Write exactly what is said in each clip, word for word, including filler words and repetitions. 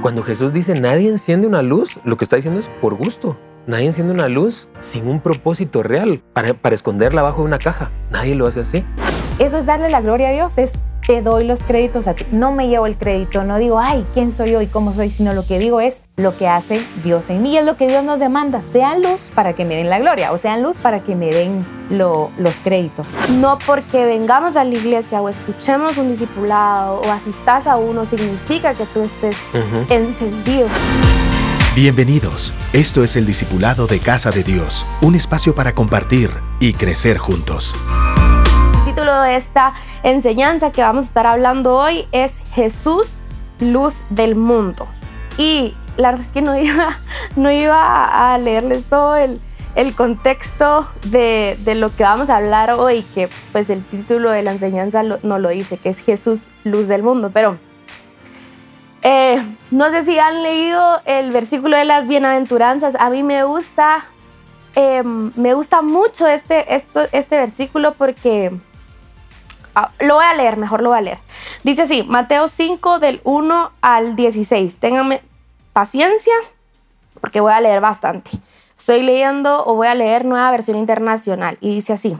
Cuando Jesús dice nadie enciende una luz, lo que está diciendo es por gusto. Nadie enciende una luz sin un propósito real para, para esconderla bajo de una caja. Nadie lo hace así. Eso es darle la gloria a Dios, es te doy los créditos a ti. No me llevo el crédito, no digo, ay, ¿quién soy yo y cómo soy? Sino lo que digo es lo que hace Dios en mí. Es lo que Dios nos demanda. Sean luz para que me den la gloria o sean luz para que me den lo, los créditos. No porque vengamos a la iglesia o escuchemos un discipulado o asistas a uno significa que tú estés uh-huh. encendido. Bienvenidos. Esto es el Discipulado de Casa de Dios, un espacio para compartir y crecer juntos. El título de esta enseñanza que vamos a estar hablando hoy es Jesús, luz del mundo. Y la verdad es que no iba, no iba a leerles todo el, el contexto de, de lo que vamos a hablar hoy, que pues el título de la enseñanza lo, no lo dice, que es Jesús, luz del mundo, pero Eh, no sé si han leído el versículo de las bienaventuranzas. A mí me gusta, eh, me gusta mucho este, esto, este versículo porque ah, lo voy a leer, mejor lo voy a leer. Dice así, Mateo cinco del uno al dieciséis. Ténganme paciencia porque voy a leer bastante. Estoy leyendo o voy a leer Nueva Versión Internacional y dice así,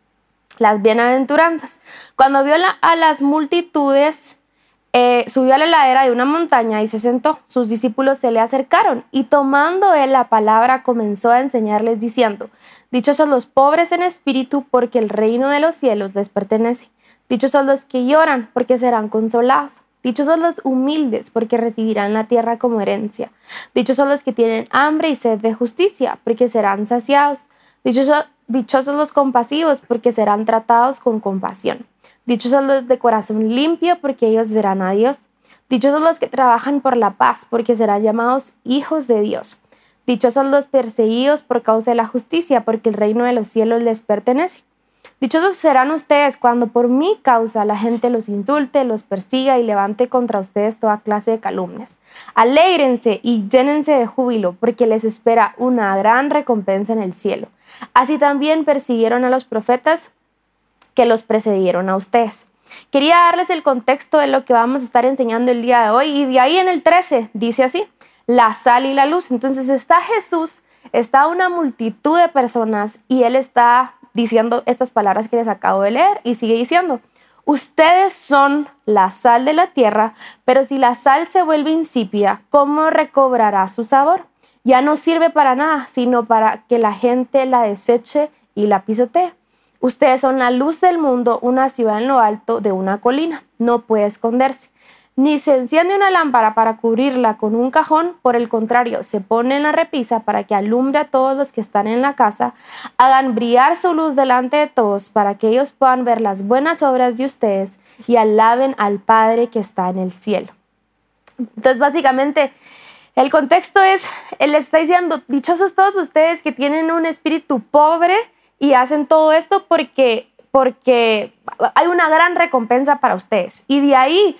las bienaventuranzas. Cuando vio la, a las multitudes, Eh, subió a la ladera de una montaña y se sentó. Sus discípulos se le acercaron y tomando él la palabra comenzó a enseñarles diciendo, dichosos los pobres en espíritu porque el reino de los cielos les pertenece. Dichosos los que lloran porque serán consolados. Dichosos los humildes porque recibirán la tierra como herencia. Dichosos los que tienen hambre y sed de justicia porque serán saciados. Dichosos, dichosos los compasivos porque serán tratados con compasión. Dichosos los de corazón limpio, porque ellos verán a Dios. Dichosos los que trabajan por la paz, porque serán llamados hijos de Dios. Dichosos los perseguidos por causa de la justicia, porque el reino de los cielos les pertenece. Dichosos serán ustedes cuando por mi causa la gente los insulte, los persiga y levante contra ustedes toda clase de calumnias. Alégrense y llénense de júbilo, porque les espera una gran recompensa en el cielo. Así también persiguieron a los profetas que los precedieron a ustedes. Quería darles el contexto de lo que vamos a estar enseñando el día de hoy y de ahí en el trece dice así, la sal y la luz. Entonces está Jesús, está una multitud de personas y él está diciendo estas palabras que les acabo de leer y sigue diciendo, ustedes son la sal de la tierra, pero si la sal se vuelve insípida, ¿cómo recobrará su sabor? Ya no sirve para nada, sino para que la gente la deseche y la pisotee. Ustedes son la luz del mundo, una ciudad en lo alto de una colina. No puede esconderse. Ni se enciende una lámpara para cubrirla con un cajón. Por el contrario, se pone en la repisa para que alumbre a todos los que están en la casa. Hagan brillar su luz delante de todos para que ellos puedan ver las buenas obras de ustedes y alaben al Padre que está en el cielo. Entonces, básicamente, el contexto es, él les está diciendo, dichosos todos ustedes que tienen un espíritu pobre y hacen todo esto porque, porque hay una gran recompensa para ustedes. Y de ahí,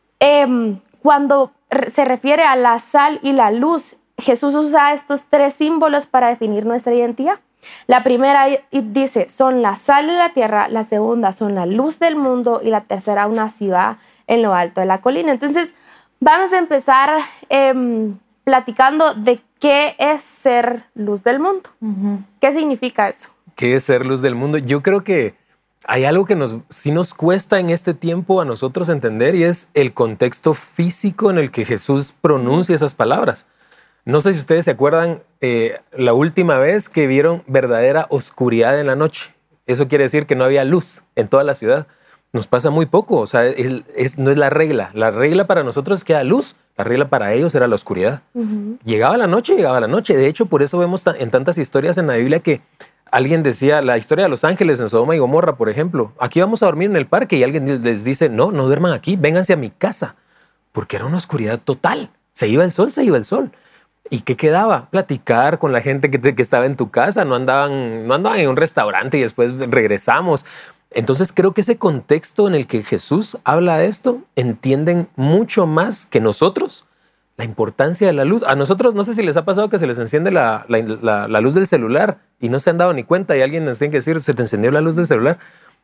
eh, cuando se refiere a la sal y la luz, Jesús usa estos tres símbolos para definir nuestra identidad. La primera dice, son la sal de la tierra, la segunda son la luz del mundo y la tercera una ciudad en lo alto de la colina. Entonces, vamos a empezar eh, platicando de qué es ser luz del mundo. Uh-huh. ¿Qué significa eso? ¿Qué es ser luz del mundo? Yo creo que hay algo que nos, sí nos cuesta en este tiempo a nosotros entender y es el contexto físico en el que Jesús pronuncia esas palabras. No sé si ustedes se acuerdan eh, la última vez que vieron verdadera oscuridad en la noche. Eso quiere decir que no había luz en toda la ciudad. Nos pasa muy poco, o sea, es, es, no es la regla. La regla para nosotros es que haya luz, la regla para ellos era la oscuridad. Uh-huh. Llegaba la noche, llegaba la noche. De hecho, por eso vemos en tantas historias en la Biblia que alguien decía, la historia de los ángeles en Sodoma y Gomorra, por ejemplo, aquí vamos a dormir en el parque y alguien les dice, no, no duerman aquí, vénganse a mi casa, porque era una oscuridad total. Se iba el sol, se iba el sol. ¿Y qué quedaba? Platicar con la gente que, te, que estaba en tu casa, no andaban, no andaban en un restaurante y después regresamos. Entonces creo que ese contexto en el que Jesús habla de esto, entienden mucho más que nosotros la importancia de la luz. A nosotros, no sé si les ha pasado que se les enciende la, la, la, la luz del celular y no se han dado ni cuenta y alguien les tiene que decir, se te encendió la luz del celular.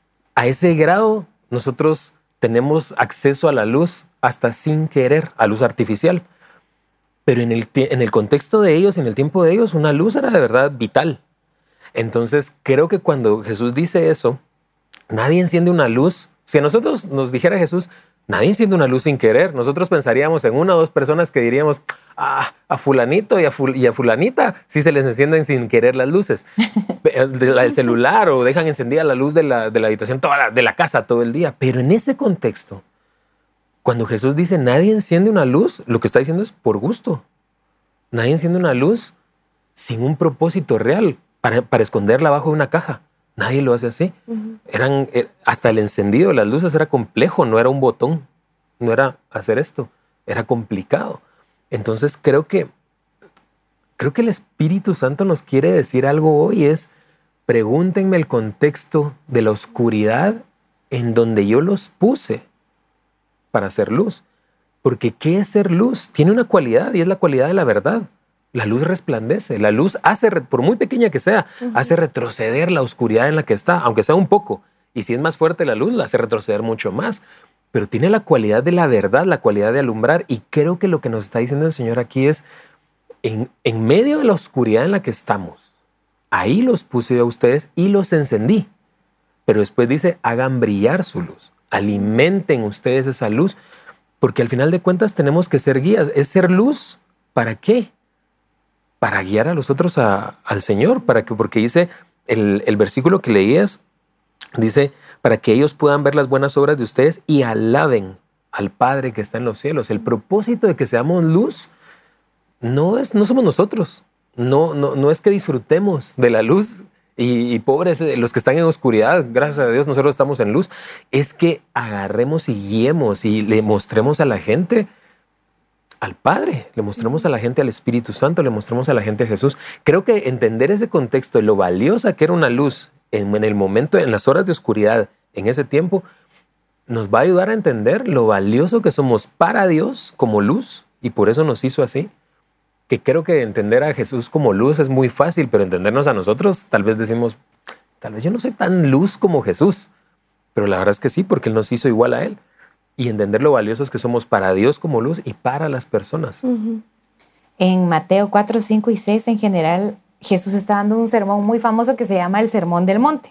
A ese grado, nosotros tenemos acceso a la luz hasta sin querer, a luz artificial. Pero en el, en el contexto de ellos, en el tiempo de ellos, una luz era de verdad vital. Entonces creo que cuando Jesús dice eso, nadie enciende una luz. Si a nosotros nos dijera Jesús, nadie enciende una luz sin querer, nosotros pensaríamos en una o dos personas que diríamos, ah, a fulanito y a, ful y a fulanita sí se les encienden sin querer las luces de la del celular, o dejan encendida la luz de la, de la habitación, toda la, de la casa todo el día. Pero en ese contexto, cuando Jesús dice nadie enciende una luz, lo que está diciendo es por gusto. Nadie enciende una luz sin un propósito real para, para esconderla abajo de una caja. Nadie lo hace así. Uh-huh. Eran, eh, hasta el encendido de las luces era complejo, no era un botón, no era hacer esto, era complicado. Entonces creo que, creo que el Espíritu Santo nos quiere decir algo hoy, es pregúntenme el contexto de la oscuridad en donde yo los puse para hacer luz. Porque ¿qué es ser luz? Tiene una cualidad y es la cualidad de la verdad. La luz resplandece, la luz hace, por muy pequeña que sea, uh-huh. hace retroceder la oscuridad en la que está, aunque sea un poco. Y si es más fuerte la luz, la hace retroceder mucho más. Pero tiene la cualidad de la verdad, la cualidad de alumbrar. Y creo que lo que nos está diciendo el Señor aquí es, en, en medio de la oscuridad en la que estamos, ahí los puse yo a ustedes y los encendí. Pero después dice, hagan brillar su luz. Alimenten ustedes esa luz, porque al final de cuentas tenemos que ser guías. ¿Es ser luz? ¿Para qué? Para guiar a los otros a, al Señor, para que, porque dice el, el versículo que leías, dice, para que ellos puedan ver las buenas obras de ustedes y alaben al Padre que está en los cielos. El propósito de que seamos luz no, es, no somos nosotros, no, no, no es que disfrutemos de la luz. Y, y pobres los que están en oscuridad, gracias a Dios nosotros estamos en luz, es que agarremos y guiemos y le mostremos a la gente al Padre, le mostremos a la gente al Espíritu Santo, le mostremos a la gente a Jesús. Creo que entender ese contexto de lo valiosa que era una luz en, en el momento, en las horas de oscuridad, en ese tiempo, nos va a ayudar a entender lo valioso que somos para Dios como luz, y por eso nos hizo así. Que creo que entender a Jesús como luz es muy fácil, pero entendernos a nosotros, tal vez decimos, tal vez yo no soy tan luz como Jesús, pero la verdad es que sí, porque Él nos hizo igual a Él. Y entender lo valiosos que somos para Dios como luz y para las personas. Uh-huh. En Mateo cuatro, cinco y seis, en general, Jesús está dando un sermón muy famoso que se llama el Sermón del Monte.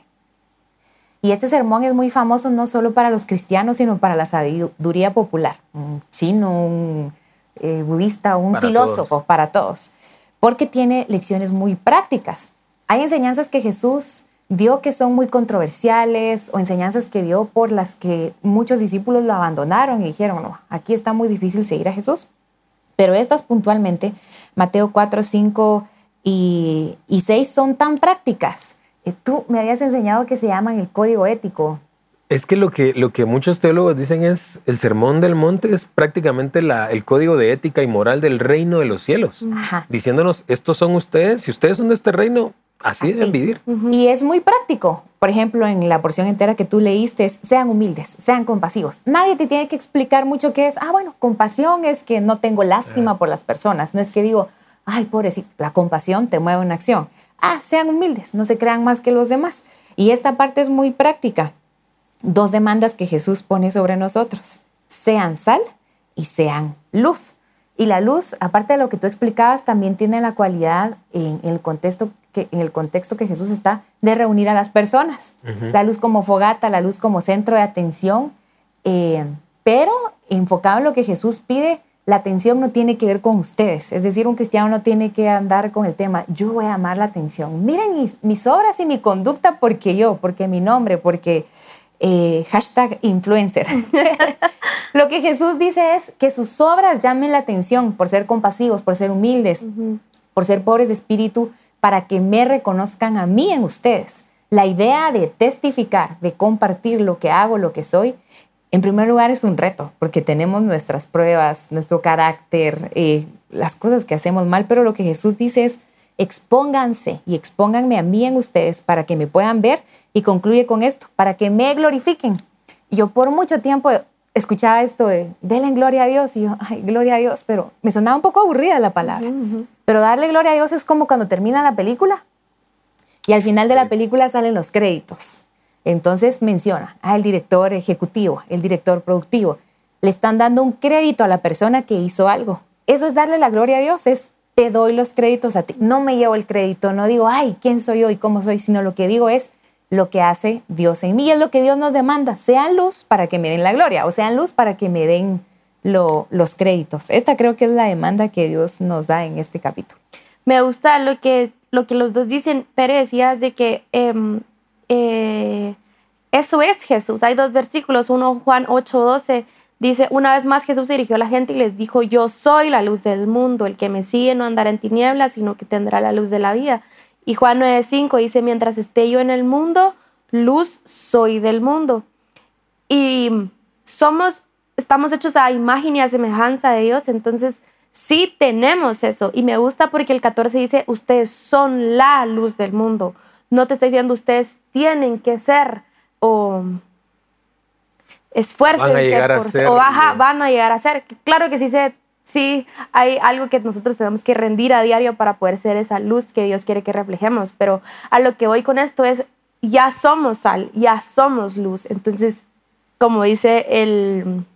Y este sermón es muy famoso no solo para los cristianos, sino para la sabiduría popular. Un chino, un Eh, budista, un para filósofo, todos. Para todos, porque tiene lecciones muy prácticas. Hay enseñanzas que Jesús dio que son muy controversiales, o enseñanzas que dio por las que muchos discípulos lo abandonaron y dijeron, no, aquí está muy difícil seguir a Jesús. Pero estas puntualmente, Mateo cuatro, cinco y, y seis, son tan prácticas. Eh, tú me habías enseñado que se llaman el código ético. Es que lo que, lo que muchos teólogos dicen es el Sermón del Monte es prácticamente la, el código de ética y moral del reino de los cielos. Ajá. Diciéndonos, estos son ustedes, si ustedes son de este reino, así, así. deben vivir. Uh-huh. Y es muy práctico. Por ejemplo, en la porción entera que tú leíste, es, sean humildes, sean compasivos. Nadie te tiene que explicar mucho qué es. Ah, bueno, compasión es que no tengo lástima uh-huh. por las personas. No es que digo, ay, pobrecito, la compasión te mueve una acción. Ah, sean humildes, no se crean más que los demás. Y esta parte es muy práctica. Dos demandas que Jesús pone sobre nosotros. Sean sal y sean luz. Y la luz, aparte de lo que tú explicabas, también tiene la cualidad en el contexto que, en el contexto que Jesús está de reunir a las personas. Uh-huh. La luz como fogata, la luz como centro de atención. Eh, pero enfocado en lo que Jesús pide, la atención no tiene que ver con ustedes. Es decir, un cristiano no tiene que andar con el tema, yo voy a amar la atención. Miren mis, mis obras y mi conducta porque yo, porque mi nombre, porque... Eh, hashtag influencer. Lo que Jesús dice es que sus obras llamen la atención por ser compasivos, por ser humildes, uh-huh. por ser pobres de espíritu, para que me reconozcan a mí en ustedes. La idea de testificar, de compartir lo que hago, lo que soy, en primer lugar es un reto, porque tenemos nuestras pruebas, nuestro carácter, eh, las cosas que hacemos mal, pero lo que Jesús dice es expónganse y expónganme a mí en ustedes para que me puedan ver, y concluye con esto, para que me glorifiquen. Y yo por mucho tiempo escuchaba esto de, denle gloria a Dios, y yo, ay, gloria a Dios, pero me sonaba un poco aburrida la palabra. Uh-huh. Pero darle gloria a Dios es como cuando termina la película y al final de la película salen los créditos. Entonces menciona al director ejecutivo, el director productivo. Le están dando un crédito a la persona que hizo algo. eso es darle la gloria a Dios, es te doy los créditos a ti. No me llevo el crédito, no digo, ay, ¿quién soy yo y cómo soy? Sino lo que digo es lo que hace Dios en mí. Es lo que Dios nos demanda. Sean luz para que me den la gloria o sean luz para que me den lo, los créditos. Esta creo que es la demanda que Dios nos da en este capítulo. Me gusta lo que, lo que los dos dicen. Pere, decías de que eh, eh, eso es Jesús. Hay dos versículos. Uno, Juan ocho doce. Dice, una vez más Jesús se dirigió a la gente y les dijo, yo soy la luz del mundo, el que me sigue no andará en tinieblas, sino que tendrá la luz de la vida. Y Juan nueve cinco dice, mientras esté yo en el mundo, luz soy del mundo. Y somos, estamos hechos a imagen y a semejanza de Dios, entonces sí tenemos eso. Y me gusta porque el catorce dice, ustedes son la luz del mundo. No te está diciendo, ustedes tienen que ser o... esfuércense van a llegar por a ser, o baja, van a llegar a ser. Claro que sí, se, sí hay algo que nosotros tenemos que rendir a diario para poder ser esa luz que Dios quiere que reflejemos, pero a lo que voy con esto es, ya somos sal, ya somos luz. Entonces, como dice el,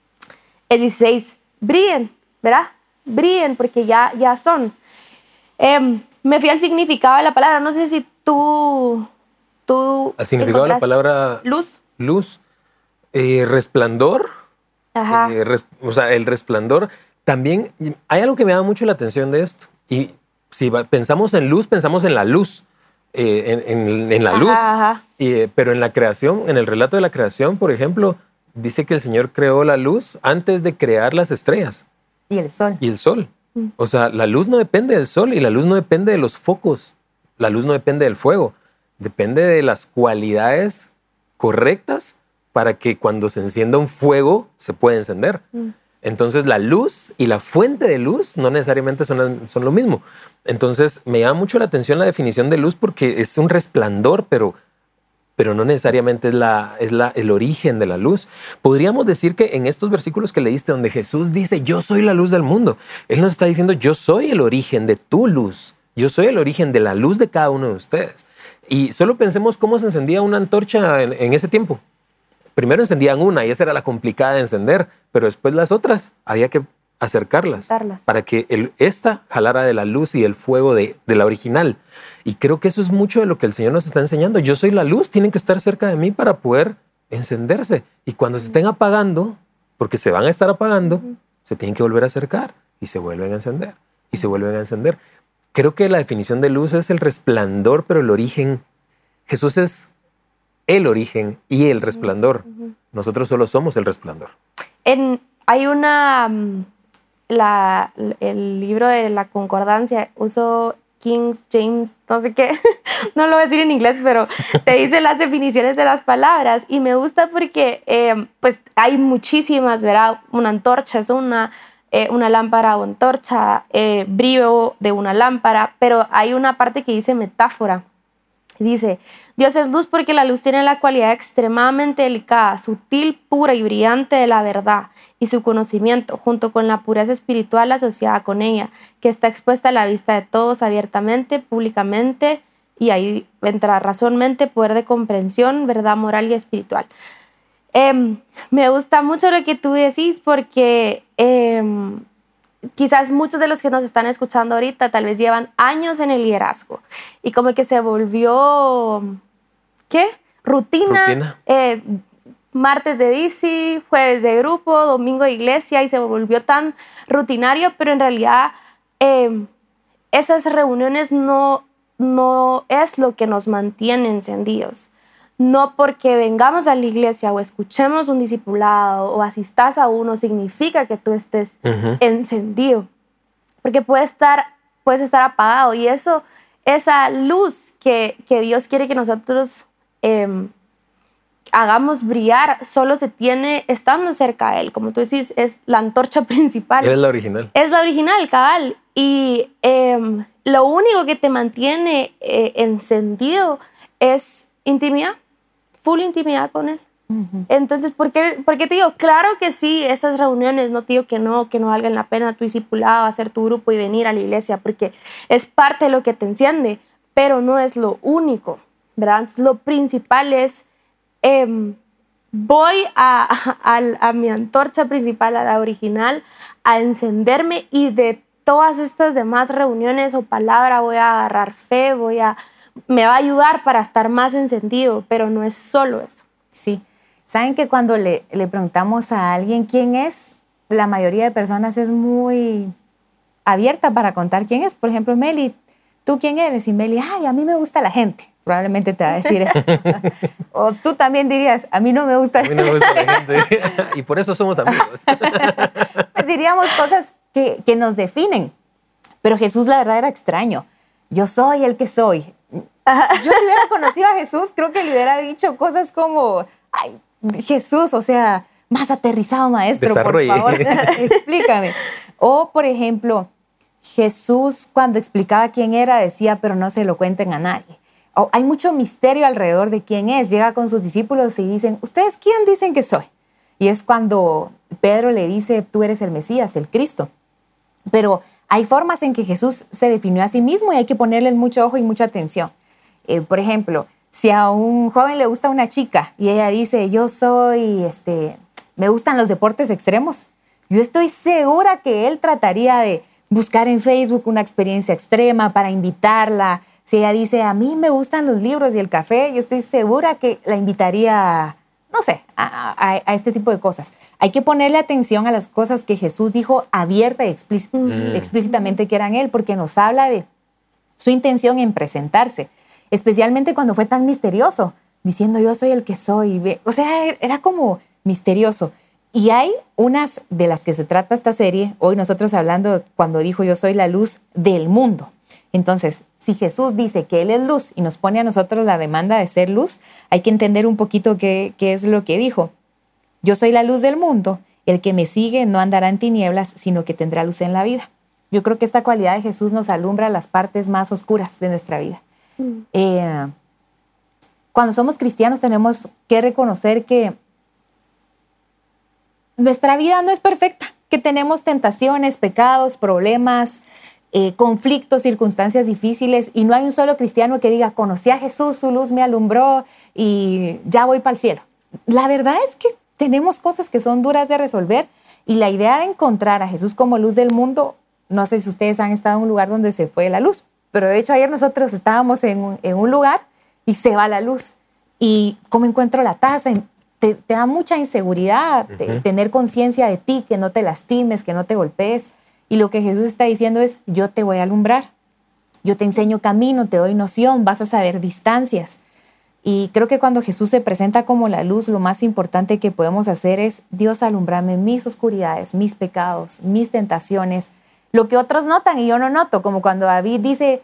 el dieciséis, brillen, ¿verdad? Brillen porque ya, ya son. Eh, me fui al significado de la palabra, no sé si tú... tú ¿El significado de la palabra luz? Luz. Eh, resplandor, Ajá. Eh, res, o sea, el resplandor. También hay algo que me llama mucho la atención de esto. Y si va, pensamos en luz, pensamos en la luz, eh, en, en, en la Ajá, luz. ajá. Eh, pero en la creación, en el relato de la creación, por ejemplo, dice que el Señor creó la luz antes de crear las estrellas. Y el sol. Y el sol. Mm. O sea, la luz no depende del sol y la luz no depende de los focos. La luz no depende del fuego. Depende de las cualidades correctas para que cuando se encienda un fuego se pueda encender. Mm. Entonces la luz y la fuente de luz no necesariamente son, son lo mismo. Entonces me llama mucho la atención la definición de luz porque es un resplandor, pero, pero no necesariamente es, la, es la, el origen de la luz. Podríamos decir que en estos versículos que leíste donde Jesús dice yo soy la luz del mundo, Él nos está diciendo yo soy el origen de tu luz. Yo soy el origen de la luz de cada uno de ustedes. Y solo pensemos cómo se encendía una antorcha en, en ese tiempo. Primero encendían una y esa era la complicada de encender, pero después las otras había que acercarlas Darlas. para que el, esta jalara de la luz y el fuego de, de la original. Y creo que eso es mucho de lo que el Señor nos está enseñando. Yo soy la luz, tienen que estar cerca de mí para poder encenderse. Y cuando se estén apagando, porque se van a estar apagando, uh-huh. se tienen que volver a acercar y se vuelven a encender y se vuelven a encender. Creo que la definición de luz es el resplandor, pero el origen. Jesús es el origen y el resplandor. Uh-huh. Nosotros solo somos el resplandor. En, hay una... La, el libro de la concordancia, uso King James, no sé qué, no lo voy a decir en inglés, pero te dice las definiciones de las palabras y me gusta porque eh, pues hay muchísimas, ¿verdad? Una antorcha es una, eh, una lámpara o antorcha, eh, brillo de una lámpara, pero hay una parte que dice metáfora. Dice, Dios es luz porque la luz tiene la cualidad extremadamente delicada, sutil, pura y brillante de la verdad y su conocimiento, junto con la pureza espiritual asociada con ella, que está expuesta a la vista de todos abiertamente, públicamente, y ahí entra razonmente, poder de comprensión, verdad moral y espiritual. Eh, me gusta mucho lo que tú decís porque... Eh, quizás muchos de los que nos están escuchando ahorita tal vez llevan años en el liderazgo y como que se volvió, ¿qué? Rutina. Rutina. Eh, martes de D C, jueves de grupo, domingo de iglesia y se volvió tan rutinario, pero en realidad eh, esas reuniones no, no es lo que nos mantiene encendidos. No porque vengamos a la iglesia o escuchemos un discipulado o asistas a uno significa que tú estés uh-huh. encendido. Porque puedes estar, puedes estar apagado. Y eso, esa luz que, que Dios quiere que nosotros eh, hagamos brillar, solo se tiene estando cerca de Él. Como tú decís, es la antorcha principal. Es la original. Es la original, cabal. Y eh, lo único que te mantiene eh, encendido es intimidad. Full intimidad con Él. Uh-huh. Entonces, ¿por qué, ¿por qué te digo? Claro que sí, esas reuniones, no te digo que no, que no valgan la pena tu discipulado, hacer tu grupo y venir a la iglesia, porque es parte de lo que te enciende, pero no es lo único, ¿verdad? Entonces, lo principal es eh, voy a, a, a mi antorcha principal, a la original, a encenderme, y de todas estas demás reuniones o palabras voy a agarrar fe, voy a, me va a ayudar para estar más encendido, pero no es solo eso. Sí. Saben que cuando le, le preguntamos a alguien quién es, la mayoría de personas es muy abierta para contar quién es. Por ejemplo, Meli, ¿tú quién eres? Y Meli, ay, a mí me gusta la gente. Probablemente te va a decir esto. O tú también dirías, a mí no me gusta. A mí no me gusta la gente. Y por eso somos amigos. Pues diríamos cosas que, que nos definen. Pero Jesús, la verdad, era extraño. Yo soy el que soy. Yo si hubiera conocido a Jesús, creo que le hubiera dicho cosas como, ay, Jesús, o sea, más aterrizado, maestro, Desarrolle. por favor, explícame. O, por ejemplo, Jesús, cuando explicaba quién era, decía, pero no se lo cuenten a nadie. Oh, hay mucho misterio alrededor de quién es. Llega con sus discípulos y dicen, ¿ustedes quién dicen que soy? Y es cuando Pedro le dice, tú eres el Mesías, el Cristo. Pero hay formas en que Jesús se definió a sí mismo y hay que ponerles mucho ojo y mucha atención. Eh, por ejemplo, si a un joven le gusta una chica y ella dice, yo soy, este, me gustan los deportes extremos, yo estoy segura que él trataría de buscar en Facebook una experiencia extrema para invitarla. Si ella dice, a mí me gustan los libros y el café, yo estoy segura que la invitaría, no sé, a, a, a este tipo de cosas. Hay que ponerle atención a las cosas que Jesús dijo abierta y explícit, mm. explícitamente que eran Él, porque nos habla de su intención en presentarse, especialmente cuando fue tan misterioso, diciendo yo soy el que soy. O sea, era como misterioso. Y hay unas de las que se trata esta serie, hoy nosotros hablando cuando dijo yo soy la luz del mundo. Entonces, si Jesús dice que Él es luz y nos pone a nosotros la demanda de ser luz, hay que entender un poquito qué, qué es lo que dijo. Yo soy la luz del mundo, el que me sigue no andará en tinieblas, sino que tendrá luz en la vida. Yo creo que esta cualidad de Jesús nos alumbra las partes más oscuras de nuestra vida. Mm. Eh, cuando somos cristianos tenemos que reconocer que nuestra vida no es perfecta, que tenemos tentaciones, pecados, problemas, Eh, conflictos, circunstancias difíciles, y no hay un solo cristiano que diga, conocí a Jesús, su luz me alumbró y ya voy para el cielo. La verdad es que tenemos cosas que son duras de resolver, y la idea de encontrar a Jesús como luz del mundo, no sé si ustedes han estado en un lugar donde se fue la luz, pero de hecho ayer nosotros estábamos en un, en un lugar y se va la luz. ¿Y cómo encuentro la taza? Te, te da mucha inseguridad, uh-huh. te, tener conciencia de ti, que no te lastimes, que no te golpees. Y lo que Jesús está diciendo es, yo te voy a alumbrar, yo te enseño camino, te doy noción, vas a saber distancias. Y creo que cuando Jesús se presenta como la luz, lo más importante que podemos hacer es, Dios, alumbrame mis oscuridades, mis pecados, mis tentaciones, lo que otros notan y yo no noto, como cuando David dice,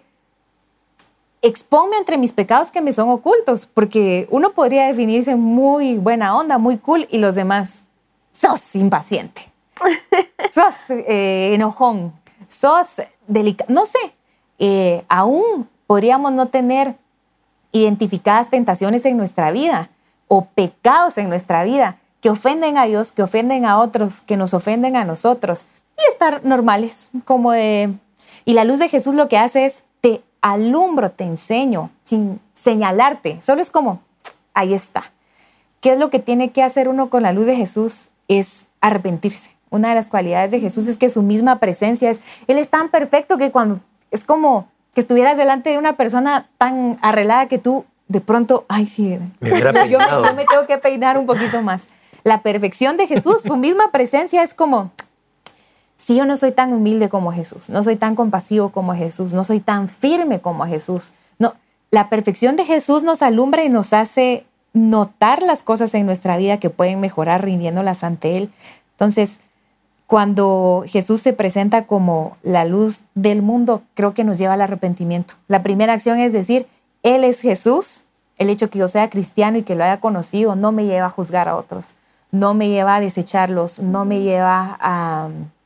expónme entre mis pecados que me son ocultos, porque uno podría definirse muy buena onda, muy cool, y los demás, sos impaciente. Sos eh, enojón, sos delicado, no sé, eh, aún podríamos no tener identificadas tentaciones en nuestra vida o pecados en nuestra vida que ofenden a Dios, que ofenden a otros, que nos ofenden a nosotros, y estar normales, como de... Y la luz de Jesús lo que hace es, te alumbro, te enseño, sin señalarte, solo es como, ahí está. ¿Qué es lo que tiene que hacer uno con la luz de Jesús? Es arrepentirse. Una de las cualidades de Jesús es que su misma presencia es, Él es tan perfecto que cuando, es como que estuvieras delante de una persona tan arreglada que tú de pronto, ay sí, me hubiera yo, peinado. yo me tengo que peinar un poquito más. La perfección de Jesús, su misma presencia es como, si yo no soy tan humilde como Jesús, no soy tan compasivo como Jesús, no soy tan firme como Jesús. No, la perfección de Jesús nos alumbra y nos hace notar las cosas en nuestra vida que pueden mejorar rindiéndolas ante Él. Entonces, cuando Jesús se presenta como la luz del mundo, creo que nos lleva al arrepentimiento. La primera acción es decir, Él es Jesús. El hecho que yo sea cristiano y que lo haya conocido no me lleva a juzgar a otros, no me lleva a desecharlos, no me lleva a,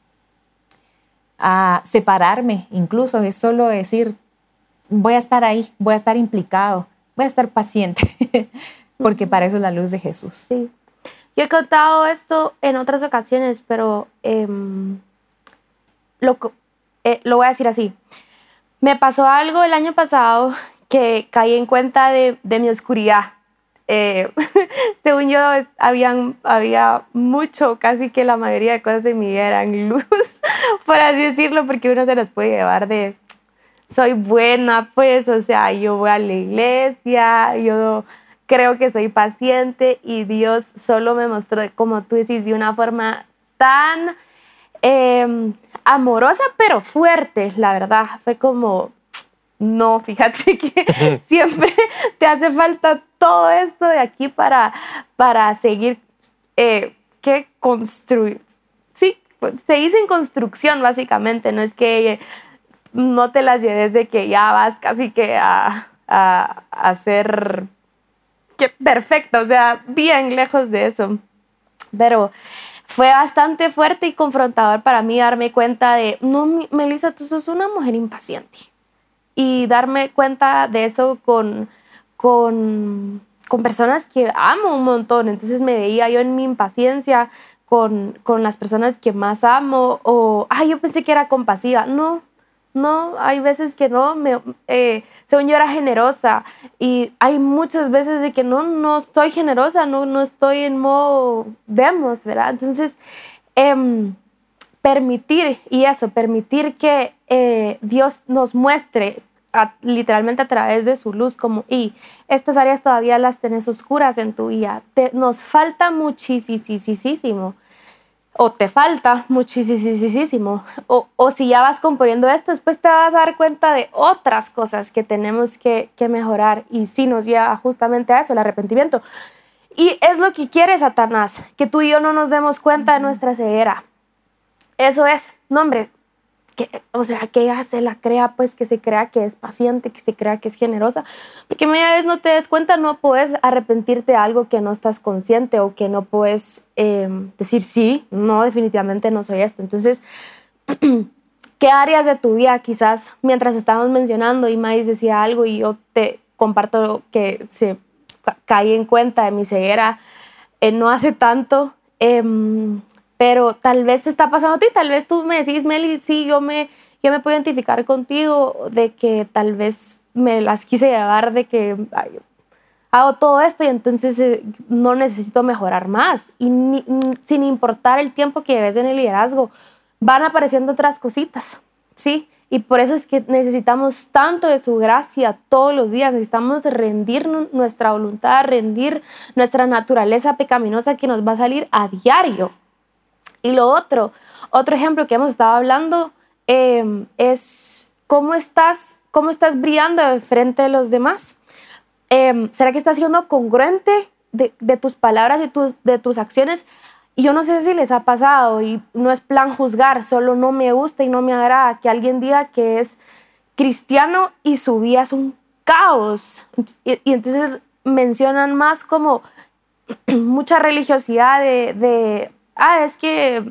a separarme. Incluso es solo decir, voy a estar ahí, voy a estar implicado, voy a estar paciente, porque para eso es la luz de Jesús. Sí. Yo he contado esto en otras ocasiones, pero eh, lo, eh, lo voy a decir así. Me pasó algo el año pasado que caí en cuenta de, de mi oscuridad. eh, según yo, habían, había mucho, casi que la mayoría de cosas en mi vida eran luz, por así decirlo, porque uno se las puede llevar de, soy buena, pues, o sea, yo voy a la iglesia, yo creo que soy paciente, y Dios solo me mostró, como tú decís, de una forma tan eh, amorosa, pero fuerte, la verdad. Fue como, no, fíjate que siempre te hace falta todo esto de aquí para, para seguir, eh, que construir. Sí, se dice en construcción, básicamente. No es que eh, no te las lleves de que ya vas casi que a, a, a ser que perfecto, o sea, bien lejos de eso. Pero fue bastante fuerte y confrontador para mí darme cuenta de, no, Melissa, tú sos una mujer impaciente. Y darme cuenta de eso con, con, con personas que amo un montón. Entonces me veía yo en mi impaciencia con, con las personas que más amo. O, ay, yo pensé que era compasiva. No, no, hay veces que no. Me, eh, según yo era generosa. Y hay muchas veces de que no, no estoy generosa, no, no estoy en modo demos, ¿verdad? Entonces, eh, permitir, y eso, permitir que eh, Dios nos muestre a, literalmente a través de su luz, como, y estas áreas todavía las tenés oscuras en tu vida. Te, nos falta muchísimo, o te falta muchísimo, o, o si ya vas componiendo esto, después te vas a dar cuenta de otras cosas que tenemos que, que mejorar, y sí nos lleva justamente a eso, el arrepentimiento. Y es lo que quiere Satanás, que tú y yo no nos demos cuenta de nuestra ceguera. Eso es, no hombre, que, o sea, que ella se la crea, pues que se crea que es paciente, que se crea que es generosa, porque media vez no te des cuenta, no puedes arrepentirte de algo que no estás consciente, o que no puedes eh, decir sí, no, definitivamente no soy esto. Entonces, ¿qué áreas de tu vida quizás, mientras estábamos mencionando y Mais decía algo y yo te comparto que se ca caí en cuenta de mi ceguera eh, no hace tanto, eh, pero tal vez te está pasando a ti, tal vez tú me decís, Meli, sí, yo me, yo me puedo identificar contigo, de que tal vez me las quise llevar, de que ay, hago todo esto y entonces eh, no necesito mejorar más. Y ni, ni, sin importar el tiempo que lleves en el liderazgo, van apareciendo otras cositas, ¿sí? Y por eso es que necesitamos tanto de su gracia todos los días. Necesitamos rendir nuestra voluntad, rendir nuestra naturaleza pecaminosa que nos va a salir a diario. Y lo otro, otro ejemplo que hemos estado hablando eh, es cómo estás, cómo estás brillando de frente de los demás. Eh, ¿Será que estás siendo congruente de, de tus palabras y tu, de tus acciones? Y yo no sé si les ha pasado, y no es plan juzgar, solo no me gusta y no me agrada que alguien diga que es cristiano y su vida es un caos. Y, y entonces mencionan más como mucha religiosidad de... de ah, es que,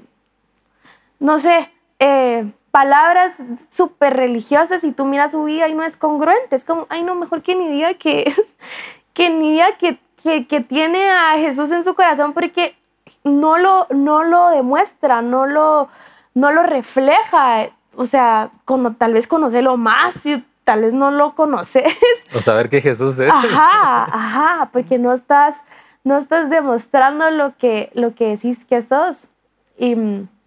no sé, eh, palabras súper religiosas, y tú miras su vida y no es congruente. Es como, ay, no, mejor que ni diga que es, que ni diga que, que, que tiene a Jesús en su corazón, porque no lo, no lo demuestra, no lo, no lo refleja. O sea, como, tal vez conocerlo más y tal vez no lo conoces. O saber que Jesús es. Ajá, ajá, porque no estás... no estás demostrando lo que, lo que decís que sos. Y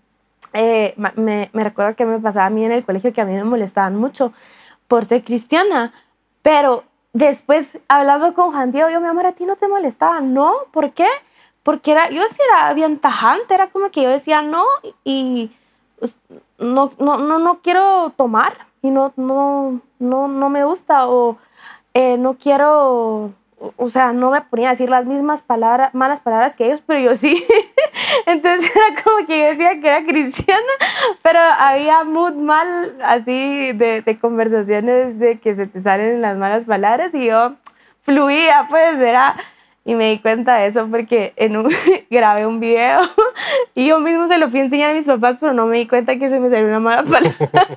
eh, me, me recuerdo que me pasaba a mí en el colegio, que a mí me molestaban mucho por ser cristiana, pero después, hablando con Juan Diego, yo, mi amor, ¿a ti no te molestaba? No, ¿por qué? Porque era, yo sí era bien tajante, era como que yo decía no, y pues, no, no, no, no quiero tomar, y no, no, no, no me gusta, o eh, no quiero... O sea, no me ponía a decir las mismas palabras, malas palabras que ellos, pero yo sí. Entonces era como que yo decía que era cristiana, pero había mood mal, así, de, de conversaciones de que se te salen las malas palabras, y yo fluía, pues, era... Y me di cuenta de eso porque en un, grabé un video y yo mismo se lo fui a enseñar a mis papás, pero no me di cuenta que se me salió una mala palabra.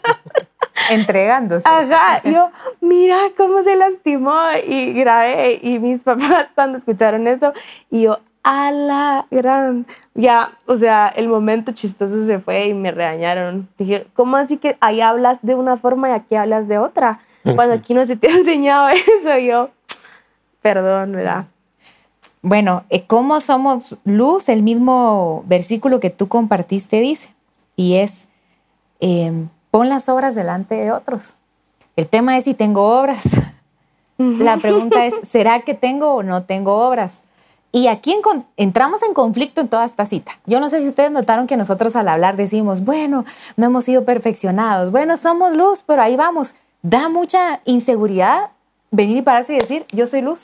Entregándose. Ajá, yo, mira cómo se lastimó, y grabé, y mis papás cuando escucharon eso, y yo, a la gran, ya, o sea, el momento chistoso se fue y me regañaron. Dije, ¿cómo así que ahí hablas de una forma y aquí hablas de otra? Cuando aquí no se te ha enseñado eso. Y yo, perdón, ¿verdad? Bueno, eh, ¿cómo somos luz? El mismo versículo que tú compartiste dice, y es, eh, pon las obras delante de otros. El tema es si tengo obras. La pregunta es, ¿será que tengo o no tengo obras? Y aquí en, entramos en conflicto en toda esta cita. Yo no sé si ustedes notaron que nosotros al hablar decimos, bueno, no hemos sido perfeccionados, bueno, somos luz, pero ahí vamos. Da mucha inseguridad venir y pararse y decir, yo soy luz.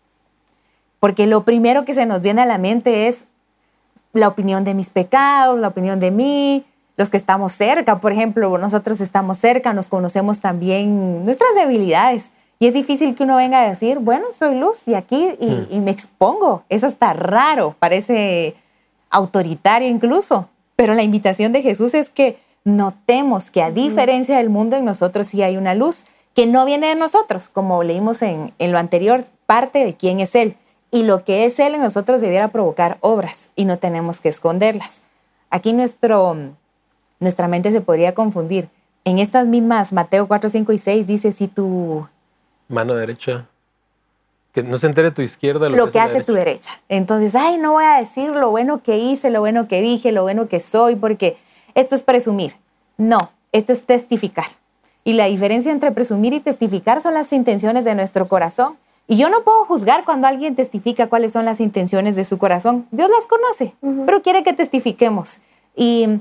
Porque lo primero que se nos viene a la mente es la opinión de mis pecados, la opinión de mí, los que estamos cerca. Por ejemplo, nosotros estamos cerca, nos conocemos también nuestras debilidades. Y es difícil que uno venga a decir, bueno, soy luz y aquí y, mm. y me expongo. Eso está raro, parece autoritario incluso. Pero la invitación de Jesús es que notemos que a diferencia del mundo, en nosotros sí hay una luz que no viene de nosotros, como leímos en, en lo anterior, parte de quién es Él. Y lo que es Él en nosotros debiera provocar obras y no tenemos que esconderlas. Aquí nuestro, nuestra mente se podría confundir. En estas mismas, Mateo cuatro, cinco y seis, dice, si tu mano derecha, que no se entere tu izquierda lo, lo que, que hace derecha. Tu derecha. Entonces, ay, no voy a decir lo bueno que hice, lo bueno que dije, lo bueno que soy, porque esto es presumir. No, esto es testificar. Y la diferencia entre presumir y testificar son las intenciones de nuestro corazón. Y yo no puedo juzgar cuando alguien testifica cuáles son las intenciones de su corazón. Dios las conoce, uh-huh. pero quiere que testifiquemos. Y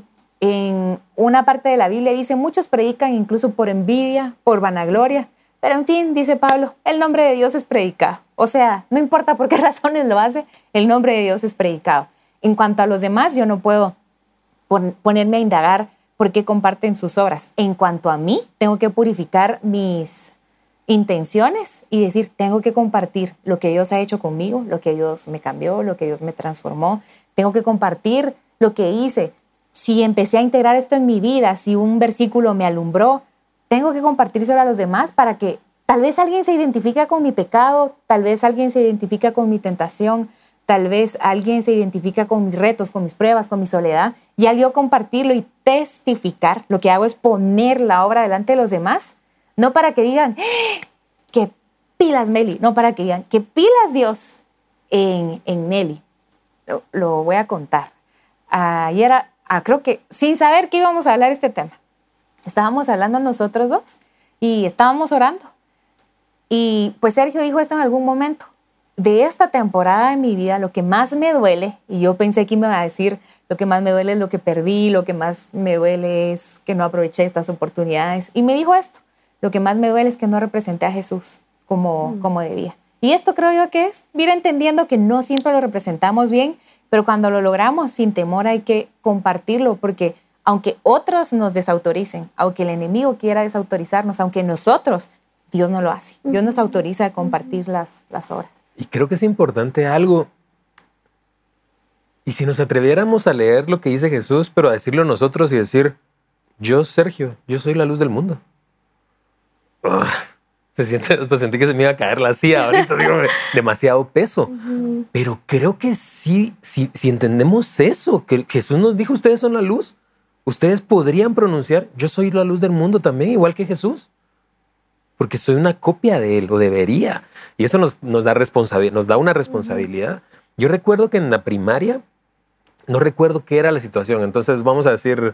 en una parte de la Biblia dice, muchos predican incluso por envidia, por vanagloria. Pero en fin, dice Pablo, el nombre de Dios es predicado. O sea, no importa por qué razones lo hace, el nombre de Dios es predicado. En cuanto a los demás, yo no puedo pon- ponerme a indagar por qué comparten sus obras. En cuanto a mí, tengo que purificar mis intenciones y decir, tengo que compartir lo que Dios ha hecho conmigo, lo que Dios me cambió, lo que Dios me transformó. Tengo que compartir lo que hice. Si empecé a integrar esto en mi vida, si un versículo me alumbró, tengo que compartírselo a los demás para que tal vez alguien se identifique con mi pecado, tal vez alguien se identifique con mi tentación, tal vez alguien se identifica con mis retos, con mis pruebas, con mi soledad. Y al yo compartirlo y testificar, lo que hago es poner la obra delante de los demás. No para que digan, ¡eh! ¡Qué pilas, Meli! No para que digan, ¡qué pilas, Dios! En, en Meli. Lo, lo voy a contar. Ayer, ah, creo que sin saber que íbamos a hablar este tema, estábamos hablando nosotros dos y estábamos orando. Y pues Sergio dijo esto en algún momento. De esta temporada de mi vida, lo que más me duele, y yo pensé que me iba a decir, lo que más me duele es lo que perdí, lo que más me duele es que no aproveché estas oportunidades. Y me dijo esto. Lo que más me duele es que no representé a Jesús como, mm. como debía. Y esto creo yo que es ir entendiendo que no siempre lo representamos bien, pero cuando lo logramos, sin temor hay que compartirlo, porque aunque otros nos desautoricen, aunque el enemigo quiera desautorizarnos, aunque nosotros, Dios no lo hace. Dios nos autoriza a compartir las, las obras. Y creo que es importante algo. Y si nos atreviéramos a leer lo que dice Jesús, pero a decirlo nosotros y decir, yo, Sergio, yo soy la luz del mundo. Oh, se siente, hasta sentí que se me iba a caer la silla ahorita, así como demasiado peso. Uh-huh. Pero creo que sí, sí, si entendemos eso, que Jesús nos dijo, ustedes son la luz, ustedes podrían pronunciar, yo soy la luz del mundo también, igual que Jesús. Porque soy una copia de él, o debería. Y eso nos, nos, da, responsabil- nos da una responsabilidad. Uh-huh. Yo recuerdo que en la primaria, no recuerdo qué era la situación, entonces vamos a decir...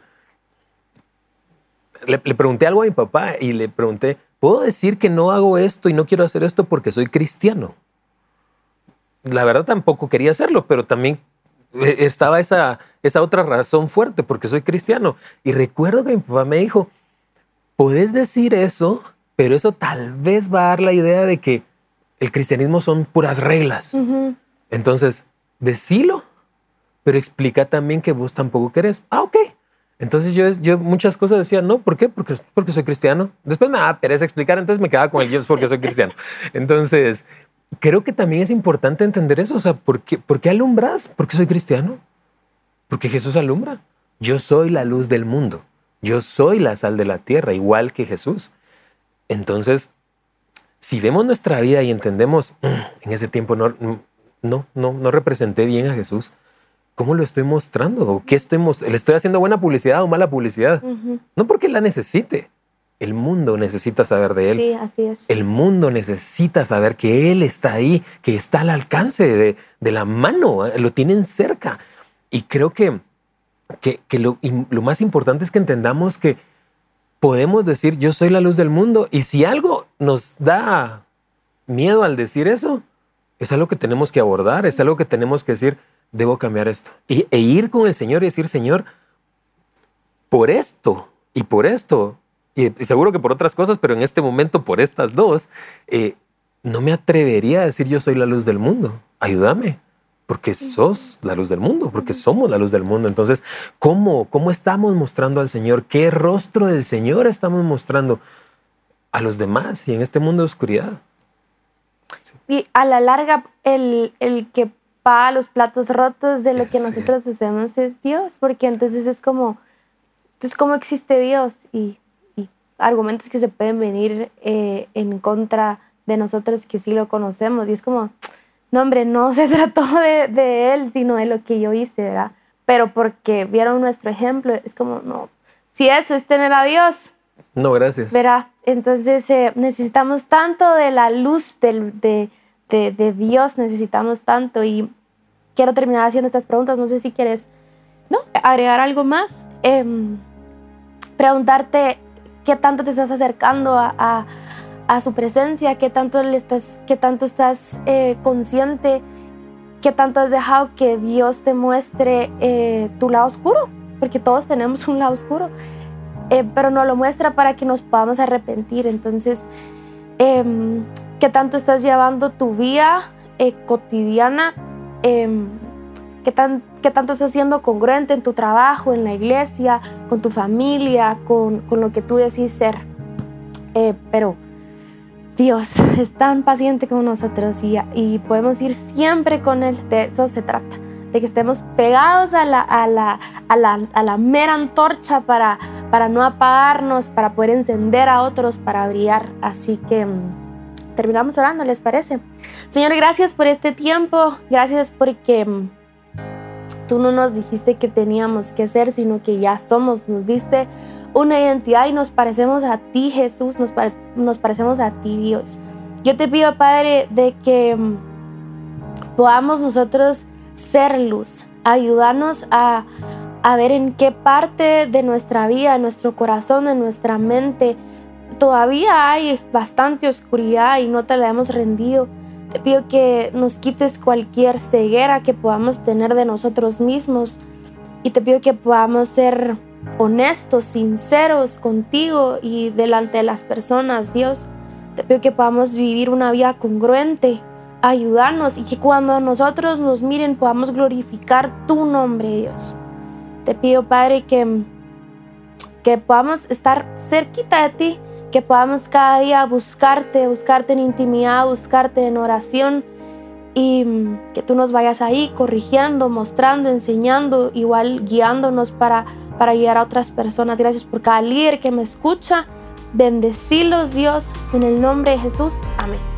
Le, le pregunté algo a mi papá y le pregunté, ¿puedo decir que no hago esto y no quiero hacer esto porque soy cristiano? La verdad tampoco quería hacerlo, pero también estaba esa, esa otra razón fuerte porque soy cristiano. Y recuerdo que mi papá me dijo, ¿puedes decir eso? Pero eso tal vez va a dar la idea de que el cristianismo son puras reglas. Uh-huh. Entonces, decilo, pero explica también que vos tampoco querés. Ah, ok. Entonces yo, yo muchas cosas decía, no, ¿por qué? Porque, porque soy cristiano. Después me daba pereza explicar, entonces me quedaba con el yo es porque soy cristiano. Entonces, creo que también es importante entender eso. O sea, ¿por qué, ¿por qué alumbras? Porque soy cristiano. Porque Jesús alumbra. Yo soy la luz del mundo. Yo soy la sal de la tierra, igual que Jesús. Entonces, si vemos nuestra vida y entendemos, en ese tiempo no, no, no, no representé bien a Jesús, ¿cómo lo estoy mostrando? ¿O qué estoy most- ¿Le estoy haciendo buena publicidad o mala publicidad? Uh-huh. No porque la necesite, el mundo necesita saber de Él. Sí, así es. El mundo necesita saber que Él está ahí, que está al alcance de, de la mano, lo tienen cerca. Y creo que, que, que lo, lo más importante es que entendamos que podemos decir, yo soy la luz del mundo. Y si algo nos da miedo al decir eso, es algo que tenemos que abordar, es algo que tenemos que decir, debo cambiar esto. Y, e ir con el Señor y decir, Señor, por esto y por esto, y, y seguro que por otras cosas, pero en este momento por estas dos, eh, no me atrevería a decir yo soy la luz del mundo. Ayúdame, porque sos la luz del mundo, porque somos la luz del mundo. Entonces, ¿cómo, cómo estamos mostrando al Señor? ¿Qué rostro del Señor estamos mostrando a los demás y en este mundo de oscuridad? Sí. Y a la larga, el, el que paga los platos rotos de lo que sí. nosotros hacemos es Dios, porque entonces es como, entonces ¿cómo existe Dios? Y, y argumentos que se pueden venir eh, en contra de nosotros que sí lo conocemos. Y es como, no hombre, no se trató de, de Él, sino de lo que yo hice, ¿verdad? Pero porque vieron nuestro ejemplo, es como, no, si eso es tener a Dios. No, gracias. ¿Verdad? Entonces eh, necesitamos tanto de la luz del, de, de, de Dios, necesitamos tanto. Y quiero terminar haciendo estas preguntas. No sé si quieres ¿no? agregar algo más. Eh, preguntarte qué tanto te estás acercando a, a, a su presencia, qué tanto, le estás, qué tanto estás eh, consciente, qué tanto has dejado que Dios te muestre eh, tu lado oscuro, porque todos tenemos un lado oscuro. Eh, pero nos lo muestra para que nos podamos arrepentir. Entonces, eh, ¿qué tanto estás llevando tu vida eh, cotidiana? Eh, ¿qué, tan, ¿Qué tanto estás siendo congruente en tu trabajo, en la iglesia, con tu familia, con, con lo que tú decís ser? Eh, pero Dios es tan paciente con nosotros y, y podemos ir siempre con Él. De eso se trata, de que estemos pegados a la, a la, a la, a la mera antorcha para, para no apagarnos, para poder encender a otros, para brillar. Así que mmm, terminamos orando, ¿les parece? Señor, gracias por este tiempo, gracias porque mmm, tú no nos dijiste que teníamos que ser, sino que ya somos, nos diste una identidad y nos parecemos a ti, Jesús, nos, pare, nos parecemos a ti, Dios. Yo te pido, Padre, de que mmm, podamos nosotros ser luz, ayudarnos a, a ver en qué parte de nuestra vida, en nuestro corazón, en nuestra mente, todavía hay bastante oscuridad y no te la hemos rendido. Te pido que nos quites cualquier ceguera que podamos tener de nosotros mismos y te pido que podamos ser honestos, sinceros contigo y delante de las personas, Dios. Te pido que podamos vivir una vida congruente, ayudarnos y que cuando nosotros nos miren podamos glorificar tu nombre, Dios. Te pido, Padre, que, que podamos estar cerquita de ti, que podamos cada día buscarte, buscarte en intimidad, buscarte en oración y que tú nos vayas ahí corrigiendo, mostrando, enseñando, igual guiándonos para, para guiar a otras personas. Gracias por cada líder que me escucha. Bendecilos, Dios, en el nombre de Jesús. Amén.